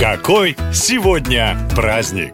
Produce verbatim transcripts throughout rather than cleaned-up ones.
Какой сегодня праздник?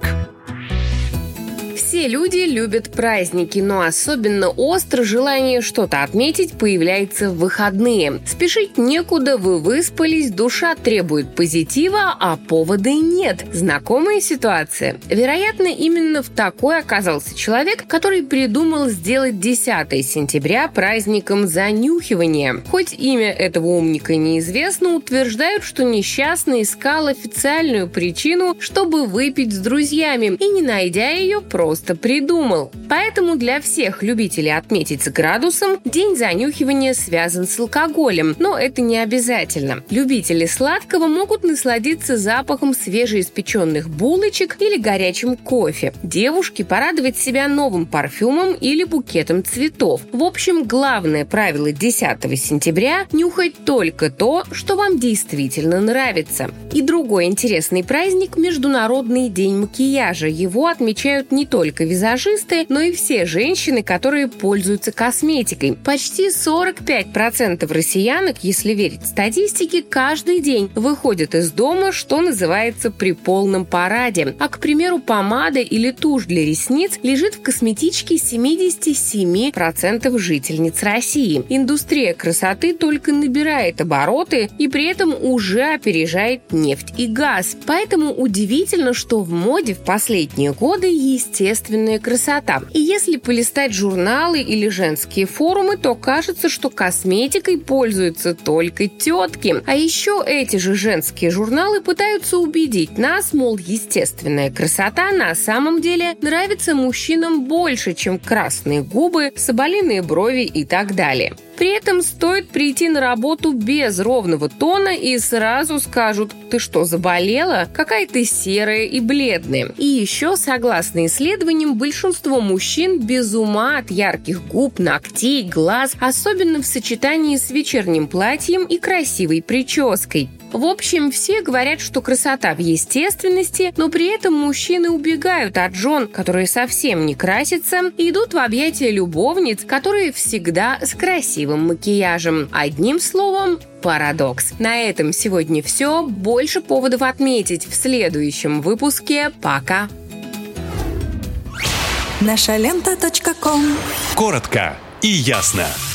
Все люди любят праздники, но особенно остро желание что-то отметить появляется в выходные. Спешить некуда, вы выспались, душа требует позитива, а повода нет. Знакомая ситуация? Вероятно, именно в такой оказался человек, который придумал сделать десятое сентября праздником занюхивания. Хоть имя этого умника неизвестно, утверждают, что несчастный искал официальную причину, чтобы выпить с друзьями, и, не найдя ее, просто придумал. Поэтому для всех любителей отметить с градусом день занюхивания связан с алкоголем, но это не обязательно. Любители сладкого могут насладиться запахом свежеиспеченных булочек или горячим кофе. Девушки порадовать себя новым парфюмом или букетом цветов. В общем, главное правило десятого сентября – нюхать только то, что вам действительно нравится. И другой интересный праздник – Международный день макияжа. Его отмечают не только визажисты, но и все женщины, которые пользуются косметикой. Почти сорок пять процентов россиянок, если верить статистике, каждый день выходят из дома, что называется, при полном параде. А, к примеру, помада или тушь для ресниц лежит в косметичке семьдесят семь процентов жительниц России. Индустрия красоты только набирает обороты и при этом уже опережает нефть и газ. Поэтому удивительно, что в моде в последние годы естественно красота. И если полистать журналы или женские форумы, то кажется, что косметикой пользуются только тетки. А еще эти же женские журналы пытаются убедить нас, мол, естественная красота на самом деле нравится мужчинам больше, чем красные губы, соболиные брови и так далее. При этом стоит прийти на работу без ровного тона и сразу скажут: «Ты что, заболела? Какая ты серая и бледная». И еще, согласно исследованиям, большинство мужчин без ума от ярких губ, ногтей, глаз, особенно в сочетании с вечерним платьем и красивой прической. В общем, все говорят, что красота в естественности, но при этом мужчины убегают от жен, которые совсем не красятся, и идут в объятия любовниц, которые всегда с красивым макияжем. Одним словом, парадокс. На этом сегодня все. Больше поводов отметить в следующем выпуске. Пока! наша лента точка ком. Коротко и ясно.